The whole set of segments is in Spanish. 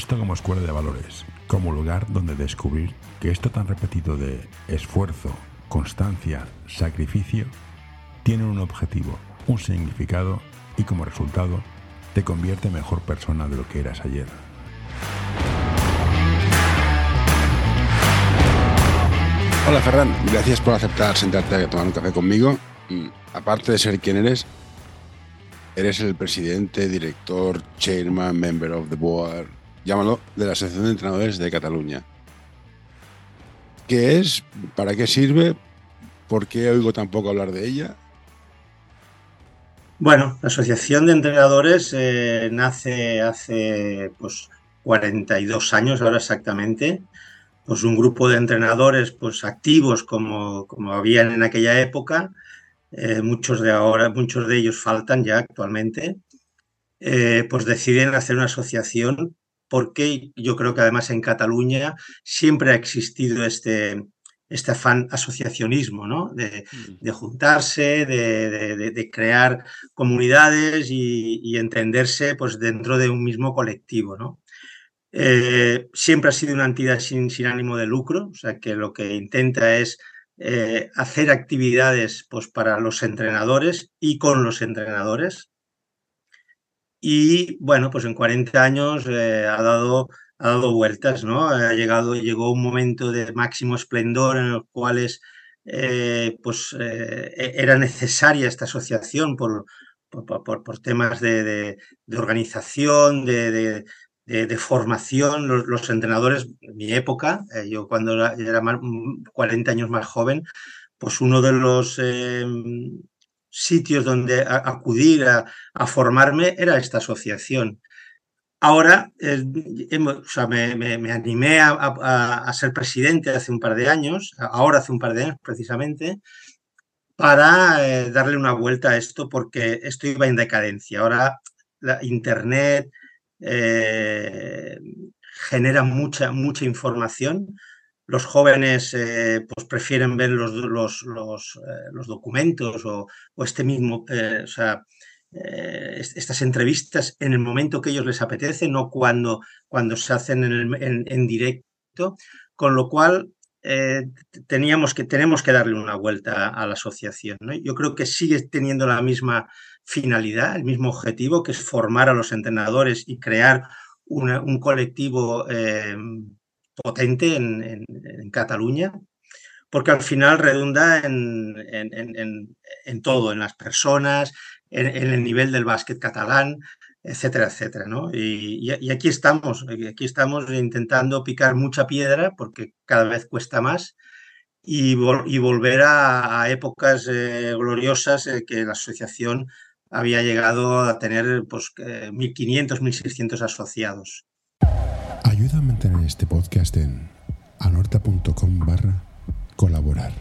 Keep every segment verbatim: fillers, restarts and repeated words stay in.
esto como escuela de valores, como lugar donde descubrir que esto tan repetido de esfuerzo, constancia, sacrificio, tiene un objetivo, un significado y como resultado te convierte en mejor persona de lo que eras ayer. Hola Ferran, gracias por aceptar sentarte a tomar un café conmigo. Aparte de ser quien eres, eres el presidente, director, chairman, member of the board, llámalo, de la Asociación de Entrenadores de Cataluña. ¿Qué es? ¿Para qué sirve? ¿Por qué oigo tan poco hablar de ella? Bueno, la Asociación de Entrenadores eh, nace hace pues cuarenta y dos años ahora exactamente. Pues un grupo de entrenadores pues activos como, como habían en aquella época, eh, muchos de ahora, muchos de ellos faltan ya actualmente, eh, pues deciden hacer una asociación porque yo creo que además en Cataluña siempre ha existido este, este afán asociacionismo, ¿no? De, de juntarse, de, de, de, crear comunidades y, y entenderse pues dentro de un mismo colectivo, ¿no? Eh, siempre ha sido una entidad sin, sin ánimo de lucro, o sea que lo que intenta es eh, hacer actividades pues, para los entrenadores y con los entrenadores. Y bueno, pues en cuarenta años eh, ha, dado, ha dado vueltas, ¿no? Ha llegado, llegó un momento de máximo esplendor en los cuales eh, pues, eh, era necesaria esta asociación por, por, por, por temas de, de, de organización, de, de De, de formación, los, los entrenadores, en mi época, eh, yo cuando era, era más, cuarenta años más joven, pues uno de los eh, sitios donde a, acudir a, a formarme era esta asociación. Ahora, eh, o sea, me, me, me animé a, a, a ser presidente hace un par de años, ahora hace un par de años precisamente, para eh, darle una vuelta a esto porque esto iba en decadencia. Ahora la Internet eh, genera mucha, mucha información. Los jóvenes eh, pues prefieren ver los, los, los, eh, los documentos o, o este mismo, eh, o sea, eh, estas entrevistas en el momento que ellos les apetece, no cuando, cuando se hacen en, el, en, en directo, con lo cual eh, teníamos que, tenemos que darle una vuelta a, a la asociación, ¿no? Yo creo que sigue teniendo la misma finalidad, el mismo objetivo, que es formar a los entrenadores y crear una, un colectivo eh, potente en, en, en Cataluña, porque al final redunda en, en, en, en todo, en las personas, en, en el nivel del básquet catalán, etcétera, etcétera, ¿no? Y, y, aquí estamos, aquí estamos intentando picar mucha piedra porque cada vez cuesta más y, vol y volver a, a épocas eh, gloriosas eh, que la asociación había llegado a tener pues eh, mil quinientos, mil seiscientos asociados. Ayuda a mantener este podcast en anorta.com barra colaborar.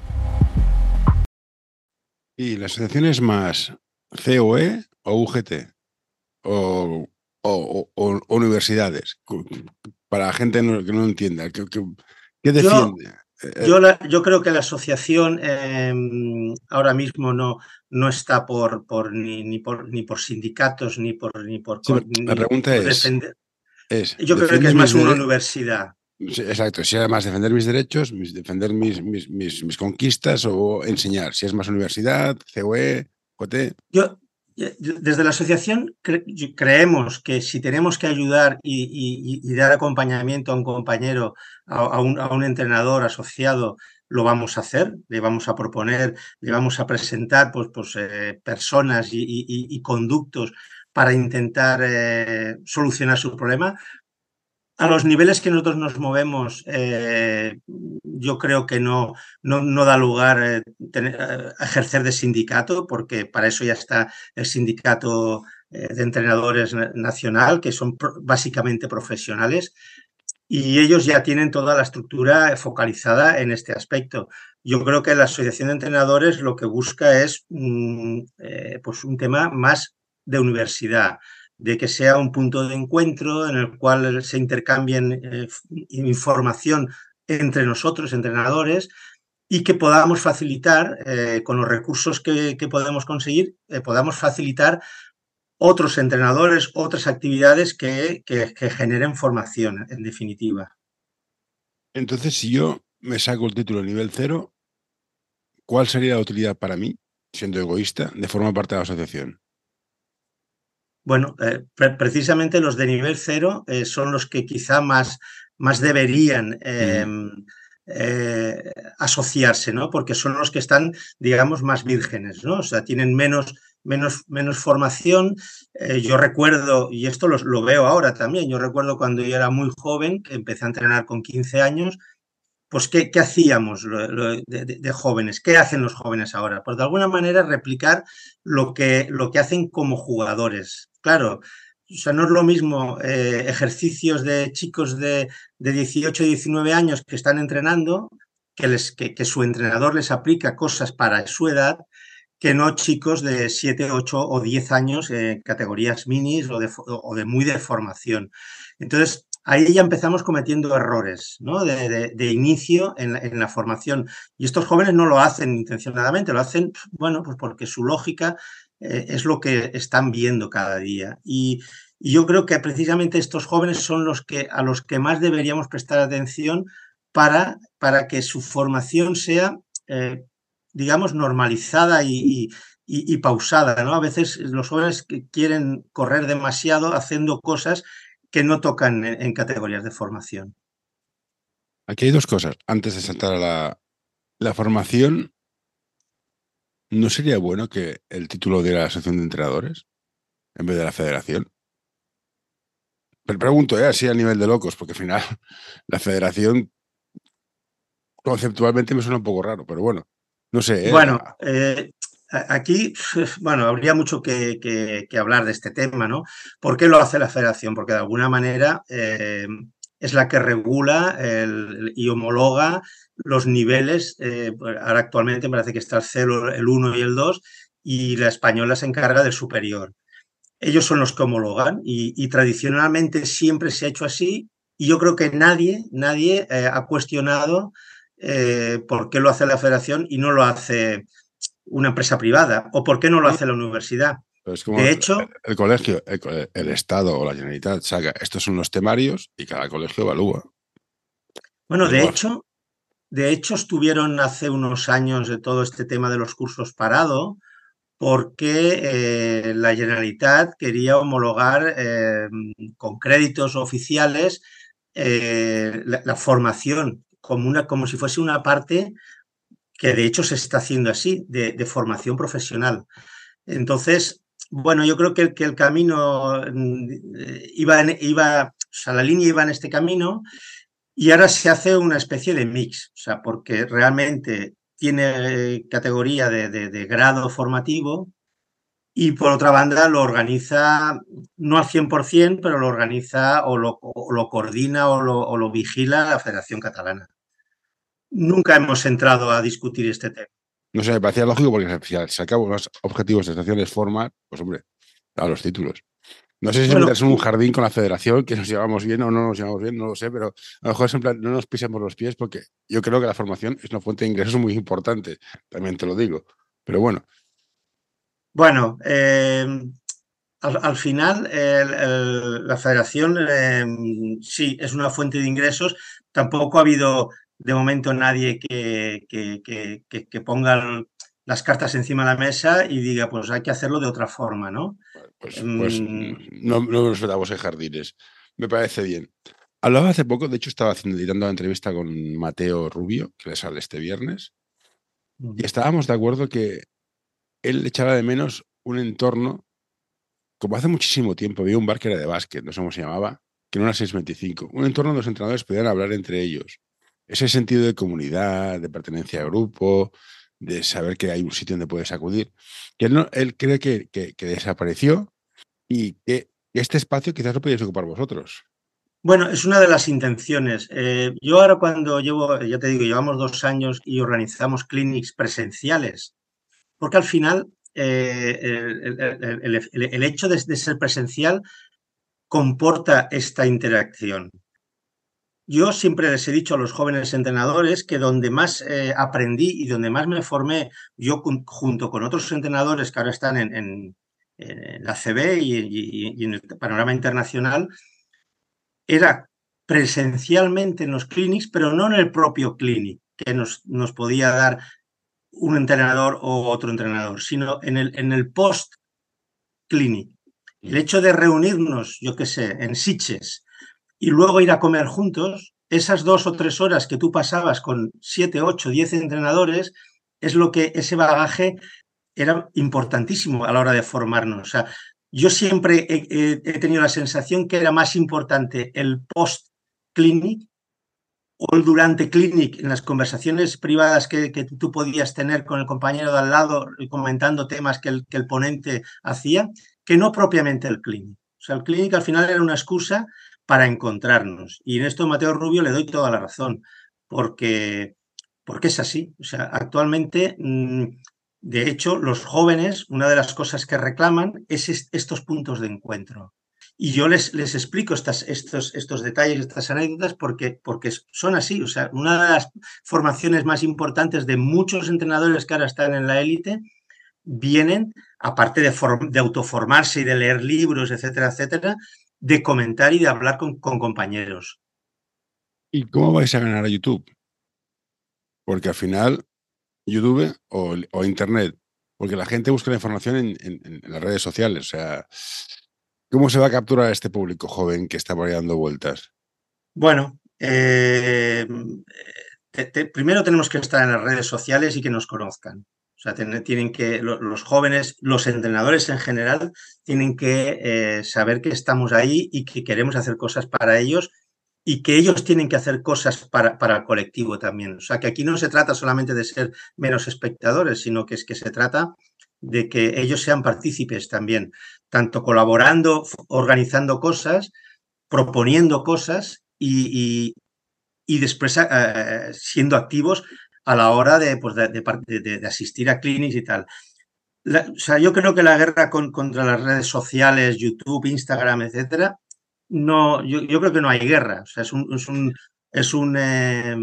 ¿Y la asociación es más C O E o U G T? O, o, o, o universidades, para gente que no entienda. ¿Qué, qué, qué defiende? Yo, yo, la, yo creo que la asociación eh, ahora mismo no, no está por, por, ni, ni, por, ni por sindicatos ni por, ni por, sí, ni la pregunta por es, defender. es, yo creo que es más una universidad. Sí, exacto, si es más defender mis derechos, mis, defender mis, mis, mis, mis conquistas o enseñar. Si es más universidad, C O E, J T. Yo, desde la asociación cre creemos que si tenemos que ayudar y, y, y dar acompañamiento a un compañero, a, a, un, a un entrenador asociado, lo vamos a hacer, le vamos a proponer, le vamos a presentar pues, pues, eh, personas y, y, y conductos para intentar eh, solucionar su problema. A los niveles que nosotros nos movemos, eh, yo creo que no, no, no da lugar eh, tener, eh, ejercer de sindicato, porque para eso ya está el sindicato eh, de entrenadores nacional, que son pro, básicamente profesionales, y ellos ya tienen toda la estructura focalizada en este aspecto. Yo creo que la Asociación de Entrenadores lo que busca es mm, eh, pues un tema más de universidad, de que sea un punto de encuentro en el cual se intercambien eh, información entre nosotros, entrenadores, y que podamos facilitar, eh, con los recursos que, que podemos conseguir, eh, podamos facilitar otros entrenadores, otras actividades que, que, que generen formación, en definitiva. Entonces, si yo me saco el título nivel cero, ¿cuál sería la utilidad para mí, siendo egoísta, de formar parte de la asociación? Bueno, eh, pre precisamente los de nivel cero eh, son los que quizá más, más deberían eh, Mm. eh, asociarse, ¿no? Porque son los que están, digamos, más vírgenes, ¿no? O sea, tienen menos, menos, menos formación. Eh, yo recuerdo, y esto lo, lo veo ahora también, yo recuerdo cuando yo era muy joven, que empecé a entrenar con quince años, pues ¿qué, qué hacíamos lo, lo, de, de, de, jóvenes? ¿Qué hacen los jóvenes ahora? Pues de alguna manera replicar lo que, lo que hacen como jugadores. Claro, o sea, no es lo mismo eh, ejercicios de chicos de, de dieciocho, diecinueve años que están entrenando, que, les, que, que su entrenador les aplica cosas para su edad, que no chicos de siete, ocho o diez años en eh, categorías minis o de, o de muy de formación. Entonces, ahí ya empezamos cometiendo errores, ¿no? de, de, de, inicio en la, en la, formación. Y estos jóvenes no lo hacen intencionadamente, lo hacen, bueno, pues porque su lógica eh, es lo que están viendo cada día. Y, y, yo creo que precisamente estos jóvenes son los que, a los que más deberíamos prestar atención para, para que su formación sea, eh, digamos, normalizada y, y, y, y pausada, ¿no? A veces los jóvenes quieren correr demasiado haciendo cosas que no tocan en, en categorías de formación. Aquí hay dos cosas. Antes de saltar a la, la formación, ¿no sería bueno que el título de la asociación de entrenadores en vez de la federación? Pero pregunto, ¿eh? Así a nivel de locos, porque al final la federación conceptualmente me suena un poco raro, pero bueno, no sé. ¿eh? Bueno, eh, aquí, bueno, habría mucho que, que, que, hablar de este tema, ¿no? ¿Por qué lo hace la federación? Porque de alguna manera eh, es la que regula el, y homologa los niveles. Eh, ahora actualmente me parece que está el cero, el uno y el dos, y la española se encarga del superior. Ellos son los que homologan y, y tradicionalmente siempre se ha hecho así, y yo creo que nadie, nadie eh, ha cuestionado eh, por qué lo hace la federación y no lo hace una empresa privada, o por qué no lo hace la universidad. Pero es como De el, hecho, el colegio, el, el Estado o la Generalitat saca, estos son los temarios y cada colegio evalúa. bueno, de Igual. hecho, de hecho estuvieron hace unos años de todo este tema de los cursos parado, porque eh, la Generalitat quería homologar eh, con créditos oficiales eh, la, la, formación como, una, como si fuese una parte que de hecho se está haciendo así, de, de formación profesional. Entonces, bueno, yo creo que el, que el camino iba, en, iba, o sea, la línea iba en este camino y ahora se hace una especie de mix, o sea, porque realmente tiene categoría de, de, de grado formativo y por otra banda lo organiza, no al cien por cien, pero lo organiza o lo, o lo coordina o lo, o lo vigila la Federación Catalana. Nunca hemos entrado a discutir este tema. No sé, me parecía lógico porque si se acaban los objetivos de estación es formar, pues hombre, a los títulos. No sé si bueno, es un jardín con la federación, que nos llevamos bien o no nos llevamos bien, no lo sé, pero a lo mejor es en plan, no nos pisemos los pies porque yo creo que la formación es una fuente de ingresos muy importante, también te lo digo. Pero bueno. Bueno, eh, al, al, final el, el, la federación eh, sí es una fuente de ingresos. Tampoco ha habido de momento nadie que, que, que, que, que ponga las cartas encima de la mesa y diga, pues hay que hacerlo de otra forma, ¿no? Pues, pues um, no, no nos metamos en jardines. Me parece bien. Hablaba hace poco, de hecho estaba haciendo, editando la entrevista con Mateo Rubio, que le sale este viernes, uh-huh. y estábamos de acuerdo que él echaba de menos un entorno, como hace muchísimo tiempo, había un bar que era de básquet, no sé cómo se llamaba, que no era seis veinticinco, un entorno donde los entrenadores pudieran hablar entre ellos. Ese sentido de comunidad, de pertenencia a grupo, de saber que hay un sitio donde puedes acudir, que él, no, él cree que, que, que desapareció y que este espacio quizás lo podéis ocupar vosotros. Bueno, es una de las intenciones. Eh, yo ahora cuando llevo, ya te digo, llevamos dos años y organizamos clinics presenciales, porque al final eh, el, el, el, el, hecho de, de ser presencial comporta esta interacción. Yo siempre les he dicho a los jóvenes entrenadores que donde más eh, aprendí y donde más me formé, yo junto con otros entrenadores que ahora están en, en, en la A C B y, y, y en el panorama internacional, era presencialmente en los clinics, pero no en el propio clinic que nos, nos podía dar un entrenador o otro entrenador, sino en el, en el post-clinic. El hecho de reunirnos, yo qué sé, en Sitges y luego ir a comer juntos, esas dos o tres horas que tú pasabas con siete, ocho, diez entrenadores, es lo que ese bagaje era importantísimo a la hora de formarnos. O sea, yo siempre he, he, he tenido la sensación que era más importante el post-clinic o el durante clinic, en las conversaciones privadas que, que tú podías tener con el compañero de al lado comentando temas que el, que el ponente hacía, que no propiamente el clinic. O sea, el clinic al final era una excusa para encontrarnos. Y en esto Mateo Rubio le doy toda la razón, porque, porque es así. O sea, actualmente, de hecho, los jóvenes, una de las cosas que reclaman es estos puntos de encuentro. Y yo les, les explico estas, estos, estos detalles, estas anécdotas, porque, porque son así. O sea, una de las formaciones más importantes de muchos entrenadores que ahora están en la élite vienen, aparte de, form, de autoformarse y de leer libros, etcétera, etcétera, de comentar y de hablar con, con compañeros. ¿Y cómo vais a ganar a YouTube? Porque al final, YouTube o, o Internet, porque la gente busca la información en, en, en las redes sociales. O sea, ¿cómo se va a capturar a este público joven que está por ahí dando vueltas? Bueno, eh, te, te, primero tenemos que estar en las redes sociales y que nos conozcan. O sea, tienen que, los jóvenes, los entrenadores en general, tienen que eh, saber que estamos ahí y que queremos hacer cosas para ellos y que ellos tienen que hacer cosas para, para el colectivo también. O sea, que aquí no se trata solamente de ser menos espectadores, sino que es que se trata de que ellos sean partícipes también, tanto colaborando, organizando cosas, proponiendo cosas y, y, y después eh, siendo activos a la hora de, pues de, de, de, de asistir a clinics y tal. La, o sea, yo creo que la guerra con, contra las redes sociales, YouTube, Instagram, etcétera, no, yo, yo creo que no hay guerra. O sea, es un, es un, es un eh,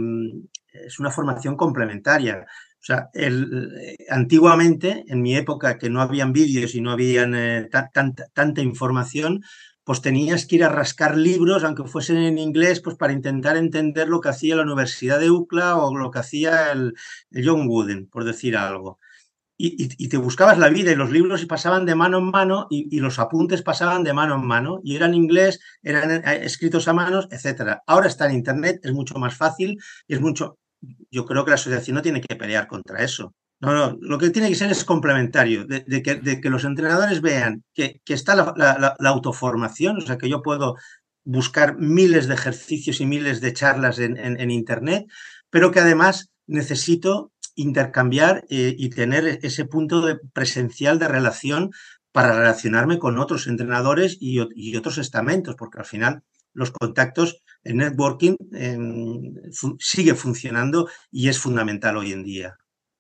es una formación complementaria. O sea, el, eh, antiguamente, en mi época, que no habían vídeos y no habían eh, tanta, tanta información, pues tenías que ir a rascar libros, aunque fuesen en inglés, pues para intentar entender lo que hacía la Universidad de U C L A o lo que hacía el, el John Wooden, por decir algo. Y, y, y te buscabas la vida y los libros pasaban de mano en mano y, y los apuntes pasaban de mano en mano y eran en inglés, eran escritos a manos, etcétera. Ahora está en Internet, es mucho más fácil y es mucho... Yo creo que la asociación no tiene que pelear contra eso. No, no, lo que tiene que ser es complementario, de, de, que, de que los entrenadores vean que, que está la, la, la autoformación, o sea, que yo puedo buscar miles de ejercicios y miles de charlas en, en, en Internet, pero que además necesito intercambiar eh, y tener ese punto de presencial de relación para relacionarme con otros entrenadores y, y otros estamentos, porque al final los contactos, el networking eh, fu sigue funcionando y es fundamental hoy en día.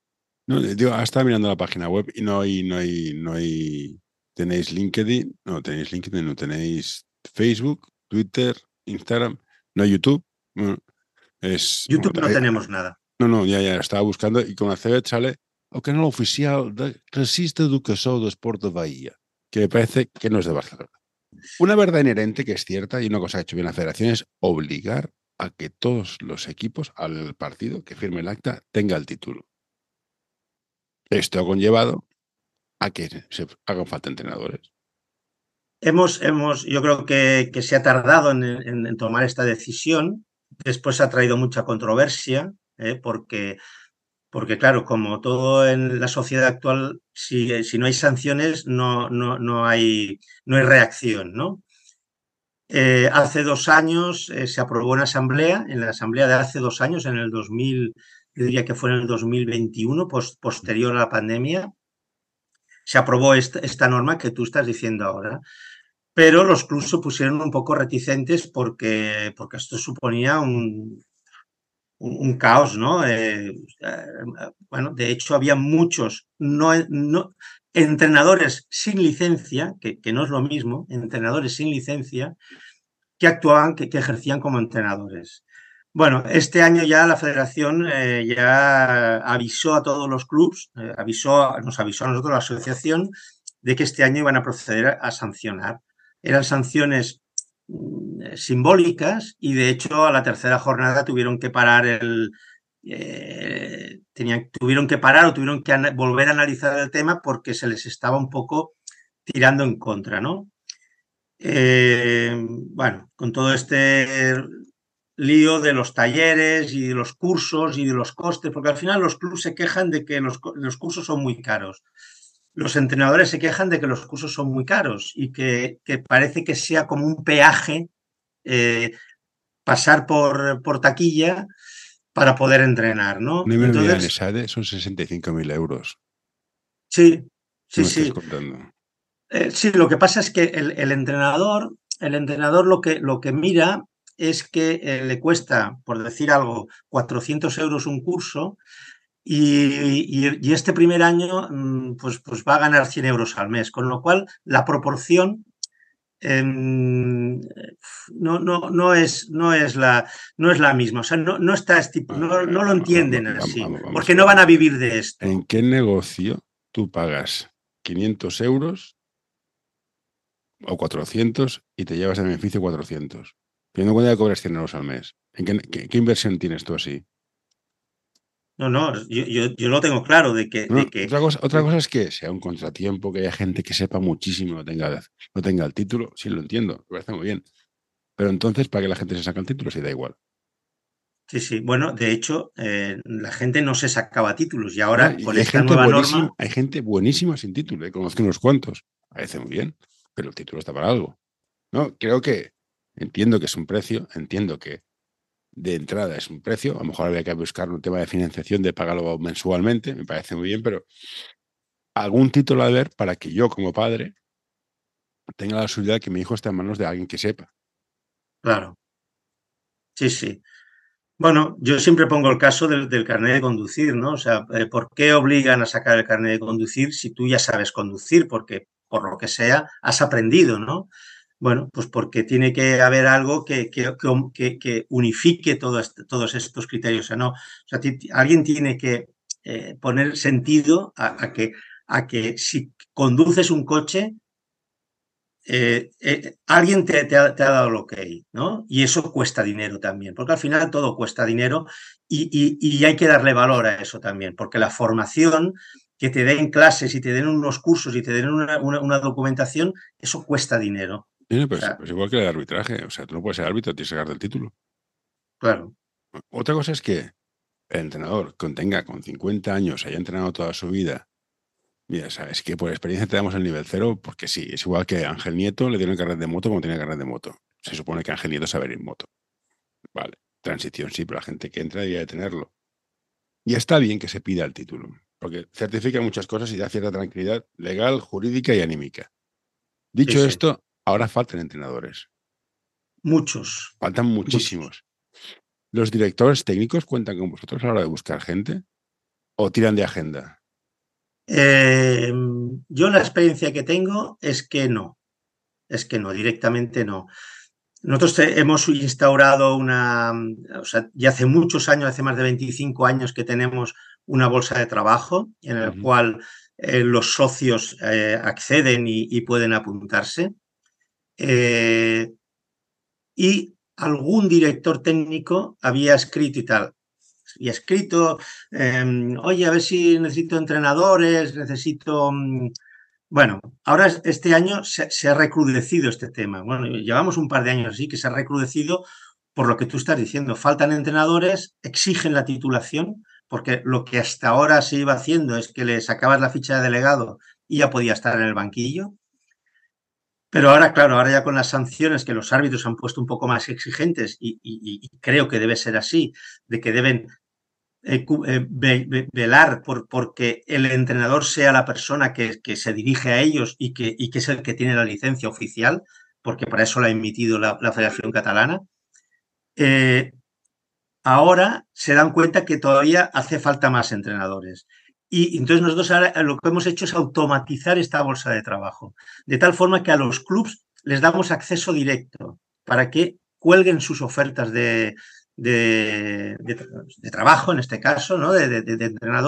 No, digo, estaba mirando la página web y no hay, no hay, no hay, tenéis LinkedIn, no tenéis LinkedIn, no tenéis Facebook, Twitter, Instagram, no hay YouTube. Bueno, es, YouTube bueno, no hay, tenemos nada. No, no, ja, ja, estava buscando i con la C B sale el canal oficial de Resiste Educación de Sport de Bahía, que me parece que no es de Barcelona. Una verdad inherente que es cierta y una cosa que ha hecho bien la federación es obligar a que todos los equipos al partido que firme el acta tenga el título. Esto ha conllevado a que se hagan falta entrenadores. Hemos, hemos, yo creo que, que se ha tardado en, en, en tomar esta decisión. Después ha traído mucha controversia, ¿eh? porque, porque, claro, como todo en la sociedad actual, si, si no hay sanciones, no, no, no, hay, no hay reacción, ¿no? Eh, hace dos años eh, se aprobó en asamblea, en la asamblea de hace dos años, en el dos mil, yo diría que fue en el dos mil veintiuno, post, posterior a la pandemia, se aprobó esta, esta norma que tú estás diciendo ahora. Pero los clubes se pusieron un poco reticentes porque, porque esto suponía un, un, un caos, ¿no? Eh, eh, bueno, de hecho había muchos no, no, entrenadores sin licencia, que, que no es lo mismo, entrenadores sin licencia, que actuaban, que, que ejercían como entrenadores. Bueno, este año ya la federación eh, ya avisó a todos los clubes, eh, avisó, nos avisó a nosotros la asociación, de que este año iban a proceder a, a sancionar. Eran sanciones mm, simbólicas y de hecho a la tercera jornada tuvieron que parar el... Eh, tenían, tuvieron que parar o tuvieron que volver a analizar el tema porque se les estaba un poco tirando en contra, ¿no? Eh, bueno, con todo este lío de los talleres y de los cursos y de los costes, porque al final los clubes se quejan de que los, los cursos son muy caros. Los entrenadores se quejan de que los cursos son muy caros y que, que parece que sea como un peaje eh, pasar por, por taquilla para poder entrenar, ¿no? Una mensualidad en Entonces, ESADE son sesenta y cinco mil euros. sí, ¿Qué sí, me estás sí. contando? Eh, sí, lo que pasa es que el, el entrenador, el entrenador lo que, lo que mira es que eh, le cuesta, por decir algo, cuatrocientos euros un curso y, y, y este primer año mm, pues, pues va a ganar cien euros al mes, con lo cual la proporción eh, no, no, no, es, no, es la, no es la misma, o sea, no, no, está estip- Vale, no, vale, no lo vamos, vamos, entienden vamos, así, vamos, vamos porque a no ver. van a vivir de esto. ¿En qué negocio tú pagas quinientos euros o cuatrocientos y te llevas de beneficio cuatrocientos? Teniendo en cuenta que cobras cien euros al mes. ¿En qué, qué, qué inversión tienes tú así? No, no, yo, yo, yo lo tengo claro de que... No, De que otra cosa, otra de, cosa es que sea un contratiempo, que haya gente que sepa muchísimo y no tenga, no tenga el título. Sí, lo entiendo, me parece muy bien. Pero entonces, ¿para qué la gente se saca el título si da igual? sí, sí, bueno, de hecho, eh, la gente no se sacaba títulos y ¿No? ahora con Y hay esta gente nueva buenísima, norma, hay gente buenísima sin título, ¿eh? Conozco unos cuantos. Parece muy bien, pero el título está para algo. No, creo que entiendo que es un precio, entiendo que de entrada es un precio, a lo mejor habría que buscar un tema de financiación, de pagarlo mensualmente, me parece muy bien, pero algún título a ver para que yo como padre tenga la seguridad de que mi hijo está en manos de alguien que sepa. claro, sí, sí. Bueno, yo siempre pongo el caso del, del carnet de conducir, ¿no? O sea, eh, ¿por qué obligan a sacar el carnet de conducir si tú ya sabes conducir? Porque, por lo que sea, has aprendido, ¿no? Bueno, pues porque tiene que haber algo que, que, que, que unifique todo este, todos estos criterios. O sea, no, o sea, alguien tiene que eh, poner sentido a, a, que, a que si conduces un coche, eh, eh, alguien te, te, ha, te, ha, dado el ok, ¿no? Y eso cuesta dinero también, porque al final todo cuesta dinero y, y, y hay que darle valor a eso también, porque la formación que te den clases y te den unos cursos y te den una, una, una documentación, eso cuesta dinero. Sí, O pues, sea, pues igual que el arbitraje, o sea, tú no puedes ser árbitro, tienes que sacarte el título. claro. Otra cosa es que el entrenador contenga con cincuenta años, haya entrenado toda su vida. Mira, sabes que por experiencia te damos el nivel cero, porque sí, es igual que Ángel Nieto le dieron el carnet de moto como tenía el carnet de moto. Se supone que Ángel Nieto sabe ir en moto. Vale, transición sí, pero la gente que entra debía de tenerlo. Y está bien que se pida el título, porque certifica muchas cosas y da cierta tranquilidad legal, jurídica y anímica. Sí, Dicho sí. esto, ahora faltan entrenadores. Muchos. Faltan Muchos. muchísimos. ¿Los directores técnicos cuentan con vosotros a la hora de buscar gente? ¿O tiran de agenda? Eh, yo la experiencia que tengo es que no. Es que no, directamente no. Nosotros hemos instaurado una, o sea, ya hace muchos años, hace más de veinticinco años que tenemos una bolsa de trabajo en el Uh-huh. cual eh, los socios eh, acceden y, y, pueden apuntarse. Eh, y algún director técnico había escrito y tal. Y escrito, eh, oye, a ver si necesito entrenadores, necesito... Bueno, ahora este año se, se, ha recrudecido este tema. Bueno, llevamos un par de años así que se ha recrudecido por lo que tú estás diciendo. Faltan entrenadores, exigen la titulación, porque lo que hasta ahora se iba haciendo es que le sacabas la ficha de delegado y ya podía estar en el banquillo. Pero ahora, claro, ahora ya con las sanciones que los árbitros han puesto un poco más exigentes y, y, y creo que debe ser así, de que deben Eh, eh, velar por porque el entrenador sea la persona que, que se dirige a ellos y que, y que es el que tiene la licencia oficial, porque para eso la ha emitido la, la Federación Catalana, eh, ahora se dan cuenta que todavía hace falta más entrenadores. Y entonces nosotros ahora lo que hemos hecho es automatizar esta bolsa de trabajo, de tal forma que a los clubs les damos acceso directo para que cuelguen sus ofertas de, de, de, de trabajo, en este caso, ¿no? de, de, de entrenador,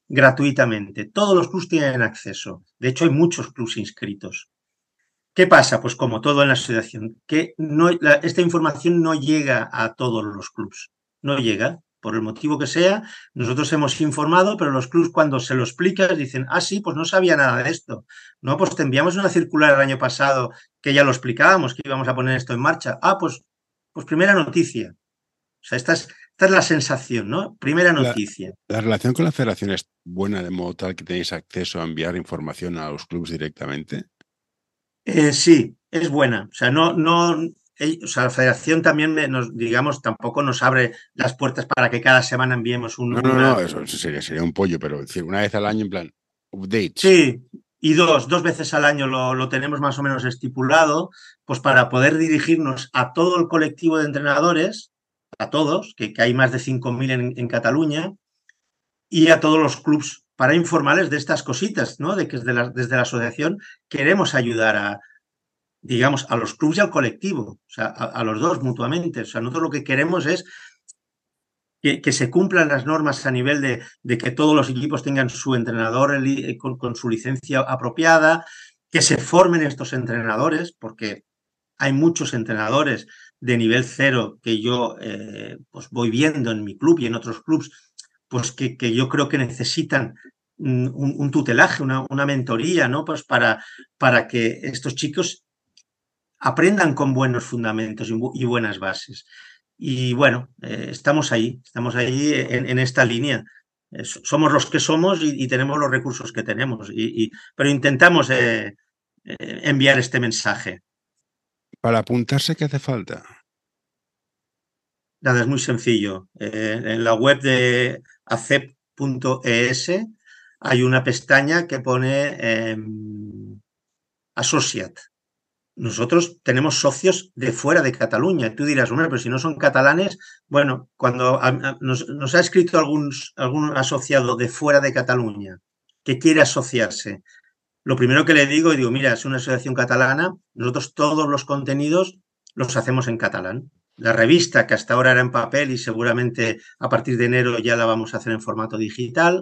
gratuitamente. Todos los clubs tienen acceso. De hecho, hay muchos clubs inscritos. ¿Qué pasa? Pues como todo en la asociación, que no, la, esta información no llega a todos los clubs. No llega, por el motivo que sea. Nosotros hemos informado, pero los clubs cuando se lo explicas dicen, ah, sí, pues no sabía nada de esto. No, pues te enviamos una circular el año pasado que ya lo explicábamos, que íbamos a poner esto en marcha. Ah, pues, pues primera noticia. O sea, esta es, esta es la sensación, ¿no? Primera noticia. La, la relación con la federación es buena de modo tal que tenéis acceso a enviar información a los clubes directamente. Eh, sí, es buena. O sea, no, no, o sea, la federación también, nos, digamos, tampoco nos abre las puertas para que cada semana enviemos un... No, no, una... no, eso sería, sería un pollo, pero decir, una vez al año en plan, updates. Sí, y dos, dos veces al año lo, lo tenemos más o menos estipulado, pues para poder dirigirnos a todo el colectivo de entrenadores, a todos, que, que hay más de cinco mil en, en Cataluña, y a todos los clubs para informarles de estas cositas, ¿no? De que desde la, desde la asociación queremos ayudar a, digamos, a los clubs y al colectivo, o sea, a, a los dos mutuamente. O sea, nosotros lo que queremos es que, que se cumplan las normas a nivel de, de, que todos los equipos tengan su entrenador con, con su licencia apropiada, que se formen estos entrenadores, porque hay muchos entrenadores de nivel cero que yo eh, pues voy viendo en mi club y en otros clubs, pues que, que yo creo que necesitan un, un tutelaje, una, una mentoría, ¿no? Pues para, para que estos chicos aprendan con buenos fundamentos y, bu y buenas bases. Y bueno, eh, estamos ahí, estamos ahí en, en esta línea. Eh, somos los que somos y, y tenemos los recursos que tenemos, y, y, pero intentamos eh, eh, enviar este mensaje. ¿Para apuntarse qué hace falta? Nada, es muy sencillo. Eh, en la web de acep punto es hay una pestaña que pone eh, Associate. Nosotros tenemos socios de fuera de Cataluña. Tú dirás, bueno, pero si no son catalanes, bueno, cuando a, a, nos, nos ha escrito algún, algún asociado de fuera de Cataluña que quiere asociarse, lo primero que le digo, digo, mira, es una asociación catalana, nosotros todos los contenidos los hacemos en catalán. La revista, que hasta ahora era en papel y seguramente a partir de enero ya la vamos a hacer en formato digital.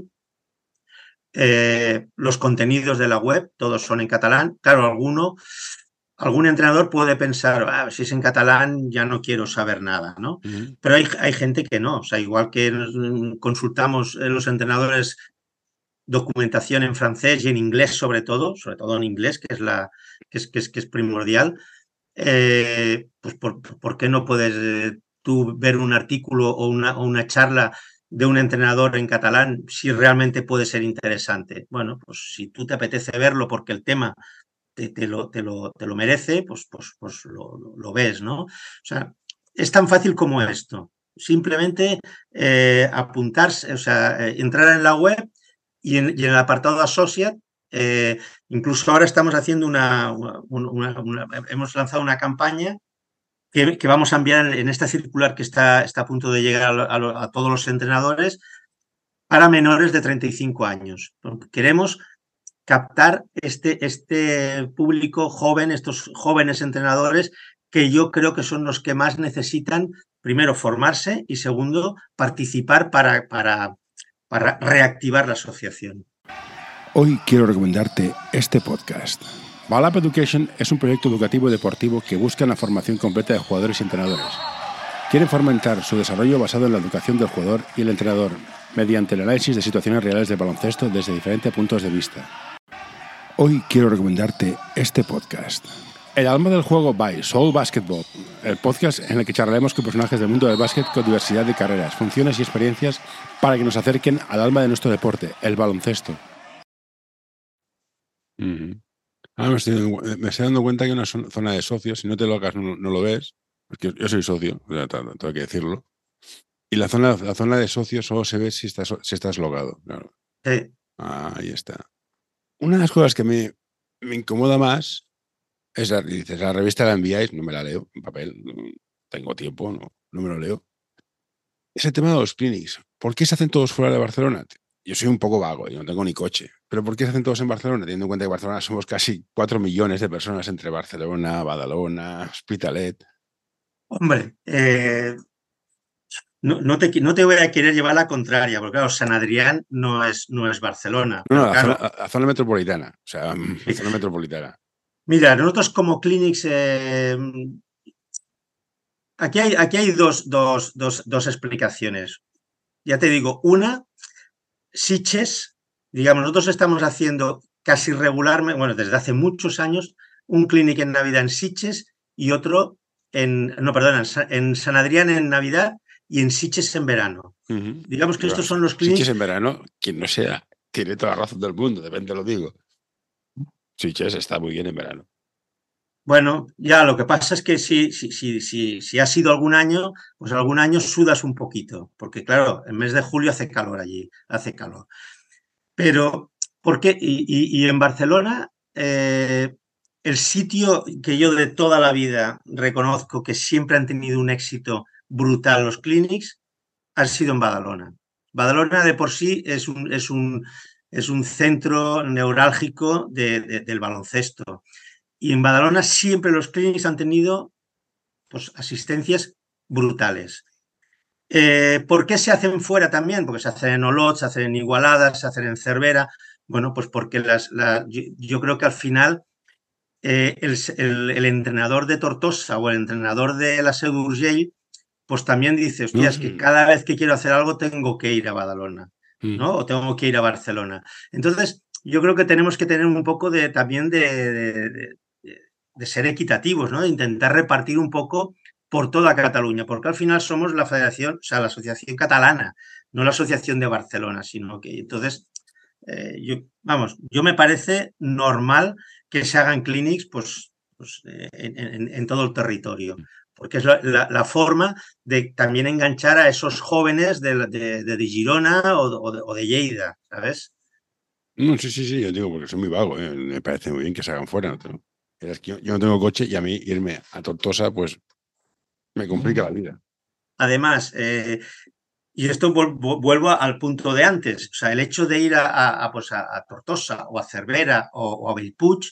Eh, los contenidos de la web, todos son en catalán. Claro, alguno... Algún entrenador puede pensar, ah, si es en catalán ya no quiero saber nada, ¿no? Uh-huh. Pero hay, hay gente que no, o sea, igual que consultamos los entrenadores documentación en francés y en inglés sobre todo, sobre todo en inglés, que es, la, que es, que es, que es primordial, eh, pues por, ¿por qué no puedes eh, tú ver un artículo o una, o una charla de un entrenador en catalán si realmente puede ser interesante? Bueno, pues si tú te apetece verlo porque el tema Te, te, lo, te, lo, te lo merece, pues, pues, pues lo, lo ves, ¿no? O sea, es tan fácil como esto. Simplemente eh, apuntarse, o sea, eh, entrar en la web y en, y en el apartado Associate, eh, incluso ahora estamos haciendo una, una, una, una, hemos lanzado una campaña que, que vamos a enviar en, en esta circular que está, está a punto de llegar a, a, a todos los entrenadores para menores de treinta y cinco años. Porque queremos captar este, este público joven, estos jóvenes entrenadores que yo creo que son los que más necesitan, primero, formarse y segundo, participar para, para, para reactivar la asociación. Hoy quiero recomendarte este podcast. Balap Education es un proyecto educativo y deportivo que busca la formación completa de jugadores y entrenadores. Quieren fomentar su desarrollo basado en la educación del jugador y el entrenador, mediante el análisis de situaciones reales del baloncesto desde diferentes puntos de vista. Hoy quiero recomendarte este podcast. El alma del juego by Soul Basketball, el podcast en el que charlaremos con personajes del mundo del básquet con diversidad de carreras, funciones y experiencias para que nos acerquen al alma de nuestro deporte, el baloncesto. Uh-huh. Ah, me, estoy, me estoy dando cuenta que hay una zona de socios, si no te lo hagas no, no lo ves, porque yo soy socio, tengo que decirlo, y la zona, la zona de socios solo se ve si estás, si estás logado. Claro. Sí. Ah, ahí está. Una de las cosas que me, me incomoda más es la, dices, la revista la enviáis, no me la leo en papel, no tengo tiempo, no, no me lo leo. Es el tema de los clinics. ¿Por qué se hacen todos fuera de Barcelona? Yo soy un poco vago, yo no tengo ni coche. ¿Pero por qué se hacen todos en Barcelona? Teniendo en cuenta que Barcelona somos casi cuatro millones de personas entre Barcelona, Badalona, Hospitalet. Hombre, eh, no, no, te, no te voy a querer llevar la contraria, porque claro, San Adrián no es, no es Barcelona. No, no, la, claro, zona, la zona metropolitana. O sea, la zona metropolitana. Mira, nosotros como Clinics, eh, aquí hay, aquí hay dos, dos, dos, dos explicaciones. Ya te digo, una, Sitges, digamos, nosotros estamos haciendo casi regularmente, bueno, desde hace muchos años, un clinic en Navidad en Sitges y otro en, no, perdona, en San Adrián en Navidad y en Sitges en verano. Uh-huh. Digamos que Pero, estos son los clinics. Sitges en verano, quien no sea, tiene toda la razón del mundo, de repente lo digo. Sitges está muy bien en verano. Bueno, ya lo que pasa es que si, si, si, si, si ha sido algún año, pues algún año sudas un poquito, porque claro, el mes de julio hace calor allí, hace calor. Pero, ¿por qué? Y, y, y en Barcelona, eh, el sitio que yo de toda la vida reconozco que siempre han tenido un éxito brutal los clinics, ha sido en Badalona. Badalona de por sí es un, es un, es un centro neurálgico de, de, del baloncesto. Y en Badalona siempre los clinics han tenido pues, asistencias brutales. Eh, ¿Por qué se hacen fuera también? Porque se hacen en Olot, se hacen en Igualada, se hacen en Cervera. Bueno, pues porque las, la, yo, yo, creo que al final eh, el, el, el, entrenador de Tortosa o el entrenador de la Seu d'Urgell, pues también dice, hostia, es que cada vez que quiero hacer algo tengo que ir a Badalona, ¿no? O tengo que ir a Barcelona. Entonces, yo creo que tenemos que tener un poco de también de, de, de, de ser equitativos, ¿no? De intentar repartir un poco por toda Cataluña, porque al final somos la federación, o sea, la asociación catalana, no la asociación de Barcelona, sino que entonces, eh, yo, vamos, yo me parece normal que se hagan clinics, pues, pues eh, en, en, en, todo el territorio, porque es la, la, la, forma de también enganchar a esos jóvenes de, de, de Girona o, o, de, o de Lleida, ¿sabes? No, sí, sí, sí, yo digo, porque soy muy vago, ¿eh? Me parece muy bien que se hagan fuera. ¿No? Tengo, es que yo, yo no tengo coche y a mí irme a Tortosa, pues me complica la vida. Además, eh, y esto vuelvo al punto de antes, o sea, el hecho de ir a, a, a, pues a, a Tortosa o a Cervera o, o a Bellpuig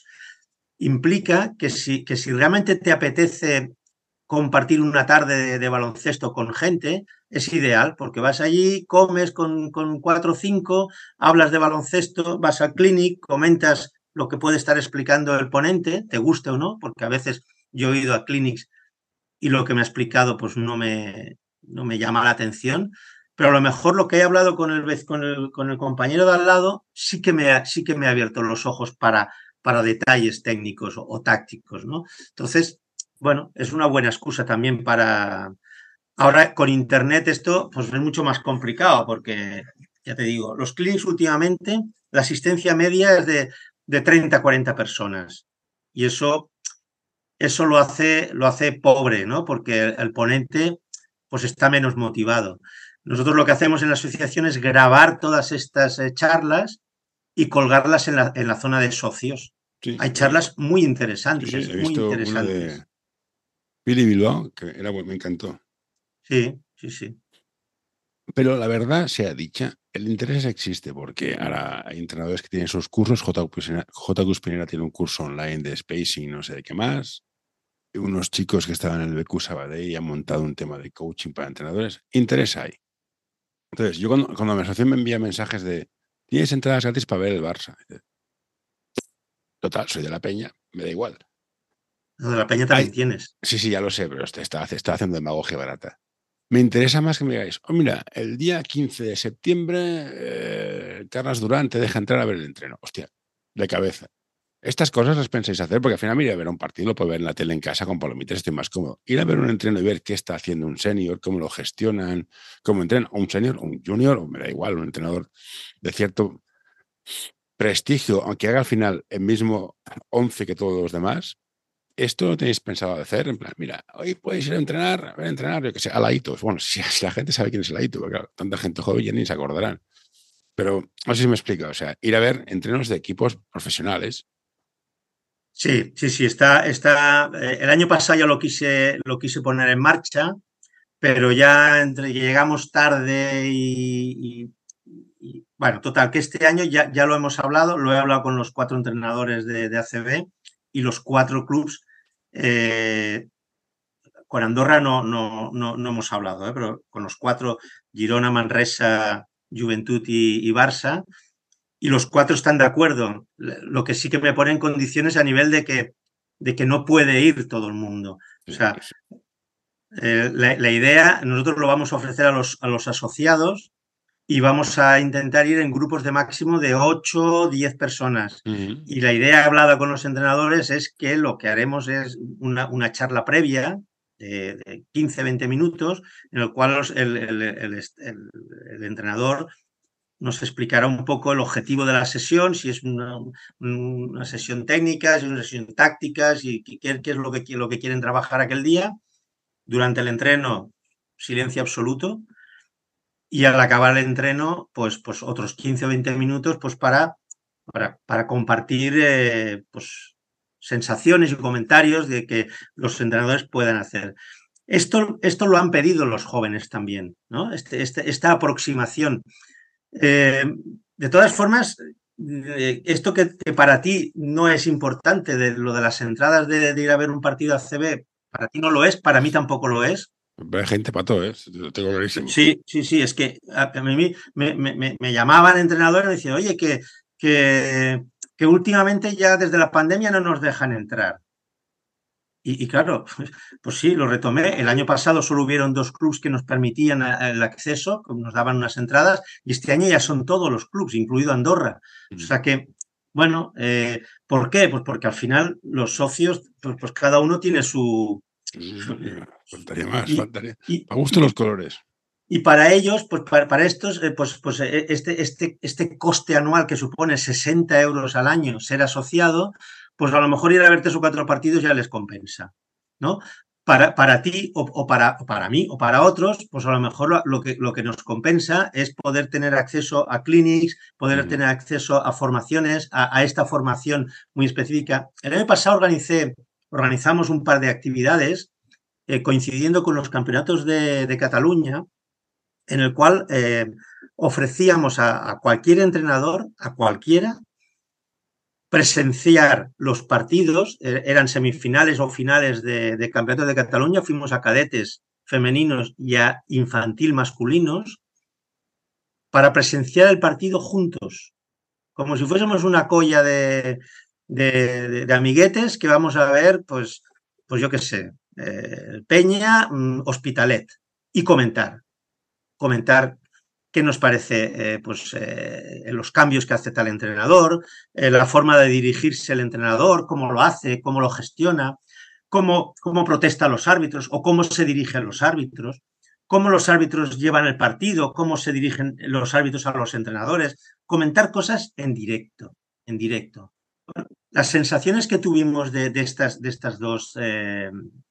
implica que si, que si realmente te apetece compartir una tarde de, de baloncesto con gente, es ideal, porque vas allí, comes con, con cuatro o cinco, hablas de baloncesto, vas al clinic, comentas lo que puede estar explicando el ponente, te guste o no, porque a veces yo he ido a clinics y lo que me ha explicado pues no me, no me llama la atención, pero a lo mejor lo que he hablado con el, con el, con el compañero de al lado sí que me ha, sí que me ha abierto los ojos para, para detalles técnicos o, o tácticos, ¿no? Entonces, bueno, es una buena excusa también para... Ahora con Internet esto pues es mucho más complicado porque, ya te digo, los clinics últimamente, la asistencia media es de, de treinta a cuarenta personas y eso, eso lo hace, lo hace pobre, ¿no? Porque el, el ponente pues está menos motivado. Nosotros lo que hacemos en la asociación es grabar todas estas eh, charlas y colgarlas en la, en la zona de socios. Sí, Hay charlas eh, muy interesantes, sí, sí, he muy visto interesantes. Una de Billy Bilbao, que era, me encantó. Sí, sí, sí. Pero la verdad sea dicha, el interés existe porque ahora hay entrenadores que tienen sus cursos. J. Cuspinera tiene un curso online de spacing, no sé de qué más. Unos chicos que estaban en el B Q Sabadell y han montado un tema de coaching para entrenadores. Interés hay. Entonces, yo cuando, cuando mi asociación me envía mensajes de tienes entradas gratis para ver el Barça. Total, soy de la Peña, me da igual. No, de la Peña también hay, tienes. Sí, sí, ya lo sé, pero está, está haciendo demagogia barata. Me interesa más que me digáis, oh, mira, el día quince de septiembre, eh, Carlas Durán te deja entrar a ver el entreno. Hostia, de cabeza. Estas cosas las pensáis hacer, porque al final, mira, ver un partido lo puedo ver en la tele en casa con palomitas, estoy más cómodo. Ir a ver un entreno y ver qué está haciendo un senior, cómo lo gestionan, cómo entrenan, o un senior, o un junior, o me da igual, un entrenador de cierto prestigio, aunque haga al final el mismo once que todos los demás. ¿Esto lo tenéis pensado hacer? En plan, mira, hoy podéis ir a entrenar, a ver, a entrenar, yo que sé, a Laito. Bueno, si, si la gente sabe quién es Laito, porque claro, tanta gente joven ya ni se acordarán. Pero no sé si me explico, o sea, ir a ver entrenos de equipos profesionales. Sí, sí, sí, está, está. Eh, el año pasado ya lo quise, lo quise poner en marcha, pero ya entre llegamos tarde y, y, y bueno, total, que este año ya, ya lo hemos hablado, lo he hablado con los cuatro entrenadores de, de A C B y los cuatro clubs eh, con Andorra no, no, no, no hemos hablado, ¿eh? Pero con los cuatro, Girona, Manresa, Juventud y, y Barça, y los cuatro están de acuerdo. Lo que sí que me pone en condiciones a nivel de que, de que no puede ir todo el mundo. O sea, eh, la, la idea, nosotros lo vamos a ofrecer a los, a los asociados y vamos a intentar ir en grupos de máximo de ocho o diez personas. Uh-huh. Y la idea hablada con los entrenadores es que lo que haremos es una, una charla previa de, de quince a veinte minutos en el cual los, el, el, el, el, el entrenador nos explicará un poco el objetivo de la sesión, si es una, una sesión técnica, si es una sesión táctica, si, qué, qué es lo que, lo que quieren trabajar aquel día. Durante el entreno, silencio absoluto. Y al acabar el entreno, pues, pues otros quince o veinte minutos pues para, para, para compartir eh, pues, sensaciones y comentarios de que los entrenadores puedan hacer. Esto, esto lo han pedido los jóvenes también, ¿no? Este, este, esta aproximación. Eh, de todas formas, eh, esto que, que para ti no es importante, de lo de las entradas de, de ir a ver un partido A C B, para ti no lo es, para mí tampoco lo es. Hay gente pato, ¿eh? Lo tengo clarísimo. Sí, sí, sí, es que a, a mí me, me, me, me llamaban entrenadores y me decían, oye, que, que, que últimamente ya desde la pandemia no nos dejan entrar. Y, y claro, pues sí, lo retomé. El año pasado solo hubieron dos clubs que nos permitían el acceso, nos daban unas entradas, y este año ya son todos los clubs, incluido Andorra. O sea que, bueno, eh, ¿por qué? Pues porque al final los socios, pues, pues cada uno tiene su... Sí, faltaría más, y, faltaría. Y, a gusto y, los colores. Y para ellos, pues para, para estos, eh, pues, pues este, este, este coste anual que supone sesenta euros al año ser asociado, pues a lo mejor ir a ver tres o cuatro partidos ya les compensa, ¿no? Para, para ti o, o, para, o para mí o para otros, pues a lo mejor lo que, lo que nos compensa es poder tener acceso a clinics, poder mm. tener acceso a formaciones, a, a esta formación muy específica. El año pasado organicé, organizamos un par de actividades eh, coincidiendo con los campeonatos de, de Cataluña, en el cual eh, ofrecíamos a, a cualquier entrenador, a cualquiera, presenciar los partidos, eran semifinales o finales de, de Campeonato de Cataluña, fuimos a cadetes femeninos y a infantil masculinos para presenciar el partido juntos, como si fuésemos una colla de, de, de, de amiguetes que vamos a ver, pues, pues yo qué sé, eh, Peña, mm, Hospitalet, y comentar, comentar qué nos parece eh, pues, eh, los cambios que hace tal entrenador, eh, la forma de dirigirse el entrenador, cómo lo hace, cómo lo gestiona, cómo, cómo protesta a los árbitros o cómo se dirigen los árbitros, cómo los árbitros llevan el partido, cómo se dirigen los árbitros a los entrenadores, comentar cosas en directo, en directo. Bueno, las sensaciones que tuvimos de, de, estas, de estas dos eh,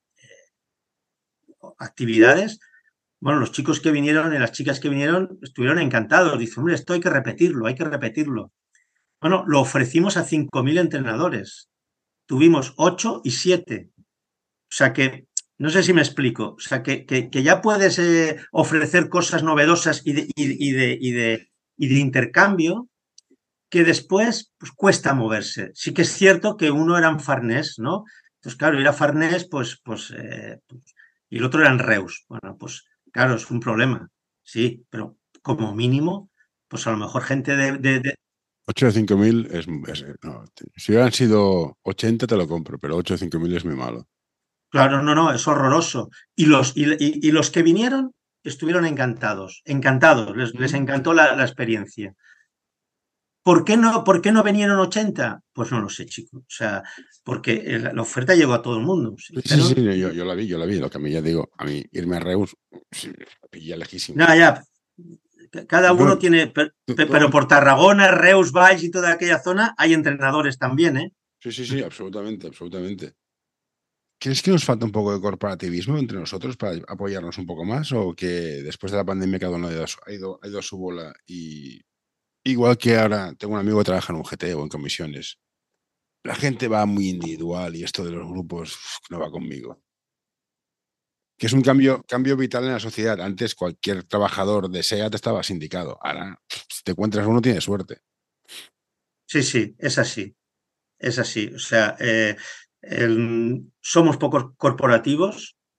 actividades, bueno, los chicos que vinieron y las chicas que vinieron estuvieron encantados. Dicen, hombre, esto hay que repetirlo, hay que repetirlo. Bueno, lo ofrecimos a cinco mil entrenadores. Tuvimos ocho y siete. O sea que, no sé si me explico, o sea que, que, que ya puedes eh, ofrecer cosas novedosas y de, y, y, de, y, de, y de intercambio que después pues, cuesta moverse. Sí que es cierto que uno era en Farnés, ¿no? Entonces, claro, ir a Farnés, pues, pues, eh, pues, y el otro era en Reus. Bueno, pues claro, es un problema, sí, pero como mínimo, pues a lo mejor gente de... de, de... ocho de cinco mil es... es no, si hubieran sido ochenta te lo compro, pero ocho de cinco mil es muy malo. Claro, no, no, es horroroso. Y los, y, y, y los que vinieron estuvieron encantados, encantados, les, les encantó la, la experiencia. ¿Por qué, no, ¿Por qué no vinieron ochenta? Pues no lo sé, chico. O sea, porque la oferta llegó a todo el mundo. Sí, sí, sí, sí yo, yo la vi, yo la vi. Lo que a mí ya digo, a mí irme a Reus, sí, me pilla lejísimo. No, ya. Cada uno no, tiene. Pero, pero por Tarragona, Reus, Valls y toda aquella zona hay entrenadores también, ¿eh? Sí, sí, sí, absolutamente, absolutamente. ¿Crees que nos falta un poco de corporativismo entre nosotros para apoyarnos un poco más? ¿O que después de la pandemia cada uno ha ido, ha ido, ha ido a su bola y. Igual que ahora tengo un amigo que trabaja en un G T o en comisiones. La gente va muy individual y esto de los grupos no va conmigo. Que es un cambio, cambio vital en la sociedad. Antes cualquier trabajador de SEAT estaba sindicado. Ahora, si te encuentras uno, tienes suerte. Sí, sí, es así. Es así. O sea, eh, el, somos pocos corporativos.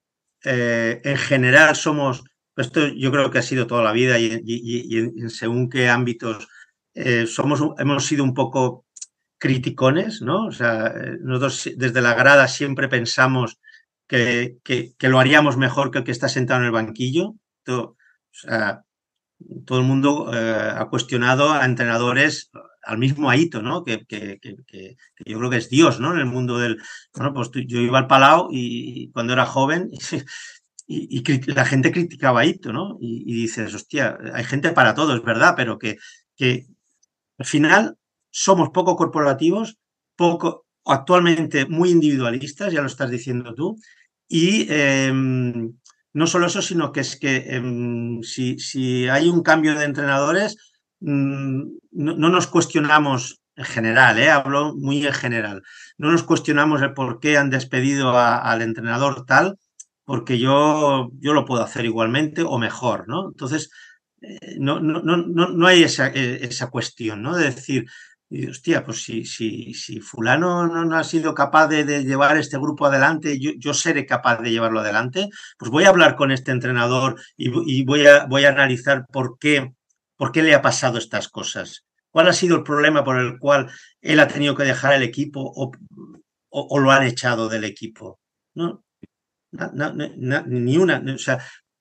eh, en general somos, esto yo creo que ha sido toda la vida y, y, y en según qué ámbitos, eh, somos, hemos sido un poco criticones, ¿no? O sea, nosotros desde la grada siempre pensamos que, que, que lo haríamos mejor que el que está sentado en el banquillo. Todo, o sea, todo el mundo eh, ha cuestionado a entrenadores, al mismo Aito, ¿no? Que, que, que, que, yo creo que es Dios, ¿no? En el mundo del... Bueno, pues yo iba al Palau y cuando era joven y, y, y la gente criticaba a Aito, ¿no? Y, y dices, hostia, hay gente para todo, es verdad, pero que, que al final somos poco corporativos, poco, actualmente muy individualistas, ya lo estás diciendo tú, y eh, no solo eso, sino que es que eh, si, si, hay un cambio de entrenadores, mmm, no, no, nos cuestionamos en general, ¿eh? Hablo muy en general, no nos cuestionamos el por qué han despedido a, al entrenador tal, porque yo, yo lo puedo hacer igualmente o mejor, ¿no? Entonces, eh, no, no, no, no hay esa, esa cuestión, ¿no? De decir, hostia, pues si, si, si fulano no, no ha sido capaz de, de llevar este grupo adelante, yo, yo seré capaz de llevarlo adelante, pues voy a hablar con este entrenador y, y voy, a, voy a analizar por qué, por qué le ha pasado estas cosas. ¿Cuál ha sido el problema por el cual él ha tenido que dejar el equipo o, o, o lo han echado del equipo? ¿No? No, no, no, ni una, o sea,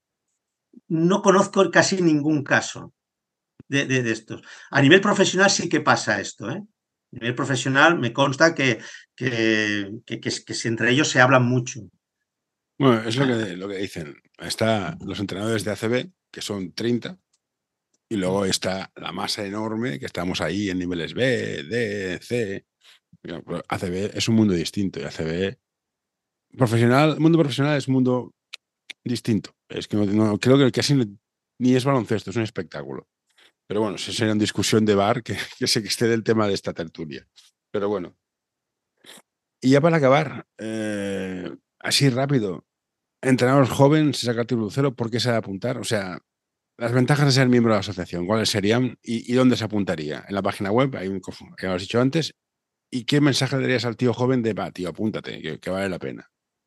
no conozco casi ningún caso de, de, de estos. A nivel profesional sí que pasa esto, ¿eh? A nivel profesional me consta que, que, que, que, que si entre ellos se hablan mucho. Bueno, es lo que, lo que dicen. Está los entrenadores de A C B, que son treinta, y luego está la masa enorme, que estamos ahí en niveles B, D, C. A C B es un mundo distinto, y A C B profesional, el mundo profesional es un mundo distinto. Es que no, no creo que casi no, ni es baloncesto, es un espectáculo. Pero bueno, esa sería una discusión de bar que, que se excede el tema de esta tertulia. Pero bueno. Y ya para acabar, eh, así rápido, entrenador joven, se saca el título cero, ¿por qué se ha de apuntar? O sea, las ventajas de ser miembro de la asociación, ¿cuáles serían y, y dónde se apuntaría? En la página web, hay un, que lo has dicho antes. ¿Y qué mensaje le darías al tío joven de, va, tío, apúntate, que, que vale la pena?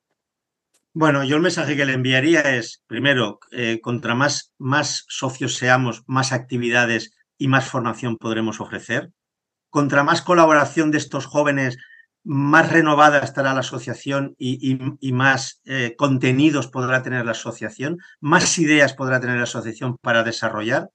Bueno, yo el mensaje que le enviaría es, primero, eh, contra más, más socios seamos, más actividades y más formación podremos ofrecer. Contra más colaboración de estos jóvenes, más renovada estará la asociación y, y, y más eh, contenidos podrá tener la asociación, más ideas podrá tener la asociación para desarrollar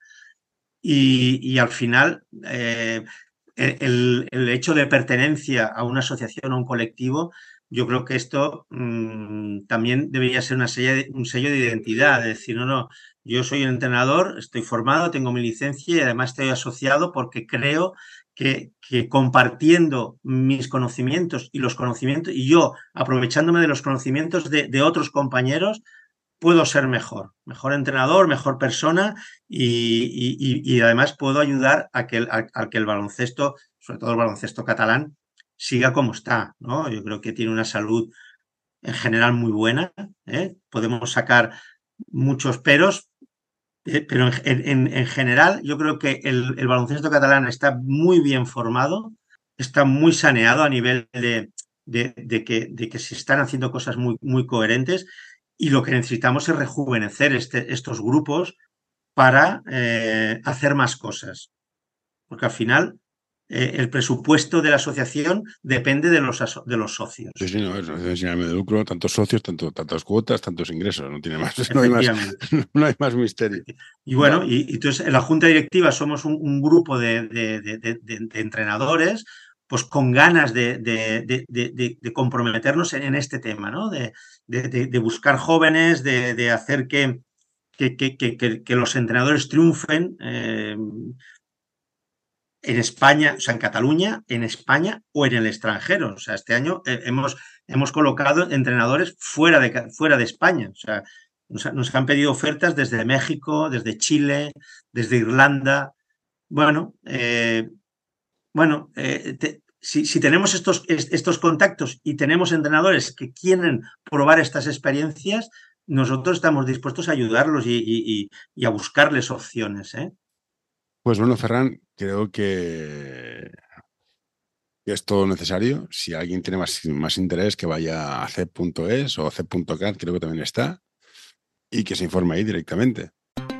y, y al final eh, el, el, hecho de pertenencia a una asociación o un colectivo, yo creo que esto mmm, también debería ser una sello, un sello de identidad, de decir, no, no, yo soy un entrenador, estoy formado, tengo mi licencia y además estoy asociado porque creo que, que compartiendo mis conocimientos y los conocimientos, y yo aprovechándome de los conocimientos de, de otros compañeros, puedo ser mejor, mejor entrenador, mejor persona y, y, y además puedo ayudar a que, a, a que el baloncesto, sobre todo el baloncesto catalán, siga como está, ¿no? Yo creo que tiene una salud en general muy buena, ¿eh? Podemos sacar muchos peros, eh, pero en, en, en, general yo creo que el, el baloncesto catalán está muy bien formado, está muy saneado a nivel de, de, de, que, de que se están haciendo cosas muy, muy coherentes y lo que necesitamos es rejuvenecer este, estos grupos para eh, hacer más cosas. Porque al final eh, el presupuesto de la asociación depende de los, de los socios. Sí, sí, no, es sin ánimo de lucro, tantos socios, tanto, tantas cuotas, tantos ingresos, no tiene más, no hay más, no hay más misterio. Y bueno, vale. y, y entonces en la junta directiva somos un, un grupo de, de, de, de, de entrenadores pues con ganas de, de, de, de, de comprometernos en, en este tema, ¿no? De, de, de, de buscar jóvenes, de, de hacer que, que, que, que, que los entrenadores triunfen eh, en España, o sea, en Cataluña, en España o en el extranjero. O sea, este año eh, hemos, hemos colocado entrenadores fuera de, fuera de España. O sea, nos, nos han pedido ofertas desde México, desde Chile, desde Irlanda. Bueno, eh, bueno, eh, te, si, si, tenemos estos, estos contactos y tenemos entrenadores que quieren probar estas experiencias, nosotros estamos dispuestos a ayudarlos y, y, y a buscarles opciones, ¿eh? Pues bueno, Ferran, creo que es todo necesario. Si alguien tiene más, más interés, que vaya a C E P punto es o C E P punto cat, creo que también está. y que se informe ahí directamente.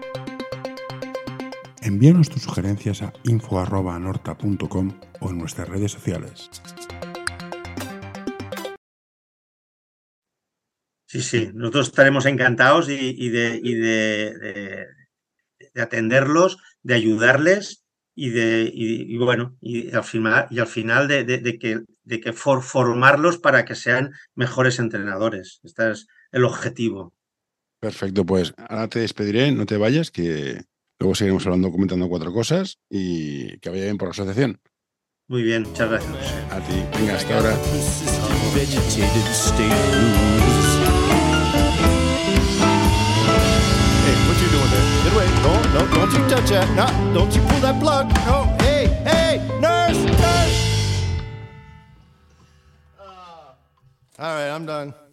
Envíanos tus sugerencias a info arroba anorta punto com o en nuestras redes sociales. Sí, sí, nosotros estaremos encantados y, y, de, y de, de, de atenderlos, de ayudarles y de y, y bueno y al final y al final de, de, de que de que for, formarlos para que sean mejores entrenadores. Este es el objetivo. Perfecto, pues ahora te despediré, no te vayas, que luego seguiremos hablando, comentando cuatro cosas y que vaya bien por la asociación. Muy bien, muchas gracias. A ti, venga, hasta ahora. What you doing there? Get away. No, no, don't you touch that. No, don't you pull that plug. No, hey, hey, nurse, nurse. Uh, all right, I'm done.